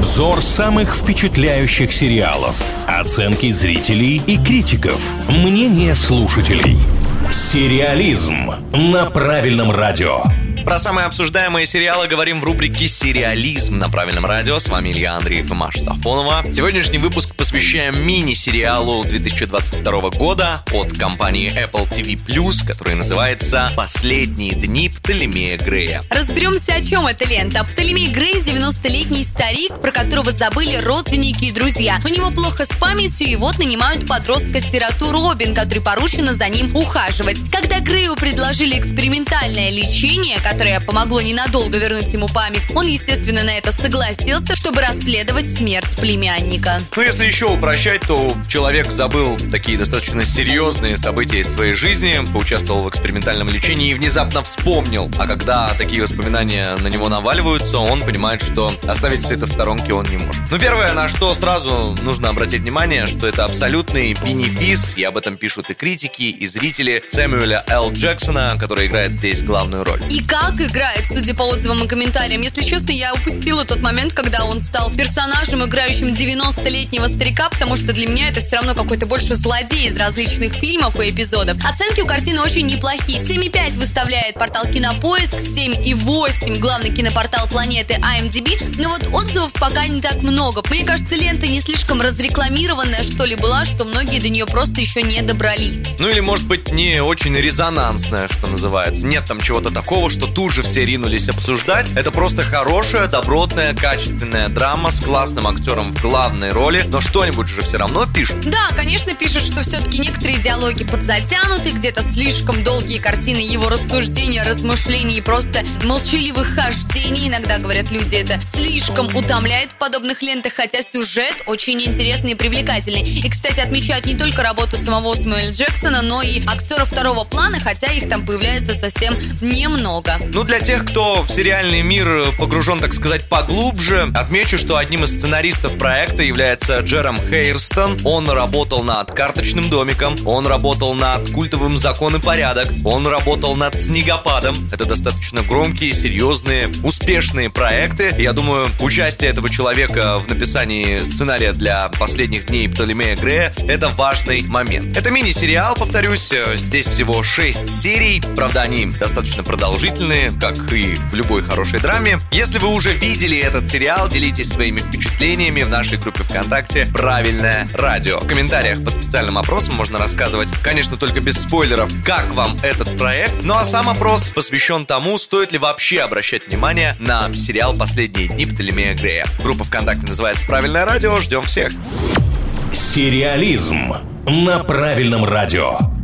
Обзор самых впечатляющих сериалов. Оценки зрителей и критиков. Мнение слушателей. Сериализм на правильном радио. Про самые обсуждаемые сериалы говорим в рубрике «Сериализм» на правильном радио. С вами Илья Андреев и Маша Сафонова. Сегодняшний выпуск посвящаем мини-сериалу 2022 года от компании Apple TV+, который называется «Последние дни Птолемея Грея». Разберемся, о чем эта лента. Птолемей Грей – 90-летний старик, про которого забыли родственники и друзья. У него плохо с памятью, и вот нанимают подростка-сироту Робин, который поручено за ним ухаживать. Когда Грею предложили экспериментальное лечение, которое помогло ненадолго вернуть ему память, он, естественно, на это согласился, чтобы расследовать смерть племянника. Ну, если еще упрощать, то человек забыл такие достаточно серьезные события из своей жизни, поучаствовал в экспериментальном лечении и внезапно вспомнил. А когда такие воспоминания на него наваливаются, он понимает, что оставить все это в сторонке он не может. Ну, первое, на что сразу нужно обратить внимание, что это абсолютный бенефис, и об этом пишут и критики, и зрители, Сэмюэля Л. Джексона, который играет здесь главную роль. И как играет, судя по отзывам и комментариям. Если честно, я упустила тот момент, когда он стал персонажем, играющим 90-летнего старика, потому что для меня это все равно какой-то больше злодей из различных фильмов и эпизодов. Оценки у картины очень неплохие. 7,5 выставляет портал Кинопоиск, 7,8 главный кинопортал планеты IMDb. Но вот отзывов пока не так много. Мне кажется, лента не слишком разрекламированная, что ли, была, что многие до нее просто еще не добрались. Ну или, может быть, не очень резонансная, что называется. Нет там чего-то такого, что тут же все ринулись обсуждать. Это просто хорошая, добротная, качественная драма с классным актером в главной роли. Но что-нибудь же все равно пишут. Да, конечно, пишут, что все-таки некоторые диалоги подзатянуты, где-то слишком долгие картины его рассуждения, размышлений и просто молчаливых хождений. Иногда, говорят люди, это слишком утомляет в подобных лентах, хотя сюжет очень интересный и привлекательный. И, кстати, отмечают не только работу самого Сэмюэля Джексона, но и актеров второго плана, хотя их там появляется совсем немного. Ну, для тех, кто в сериальный мир погружен, так сказать, поглубже, отмечу, что одним из сценаристов проекта является Джером Хейрстон. Он работал над «Карточным домиком», он работал над «Культовым закон и порядок», он работал над «Снегопадом». Это достаточно громкие, серьезные, успешные проекты. Я думаю, участие этого человека в написании сценария для «Последних дней Птолемея Грея» — это важный момент. Это мини-сериал, повторюсь, здесь всего 6 серий. Правда, они достаточно продолжительные, как и в любой хорошей драме. Если вы уже видели этот сериал, делитесь своими впечатлениями в нашей группе ВКонтакте «Правильное радио». В комментариях под специальным опросом можно рассказывать, конечно, только без спойлеров, как вам этот проект. Ну а сам опрос посвящен тому, стоит ли вообще обращать внимание на сериал «Последние дни Птолемея Грея». Группа ВКонтакте называется «Правильное радио». Ждем всех. Сериализм на правильном радио.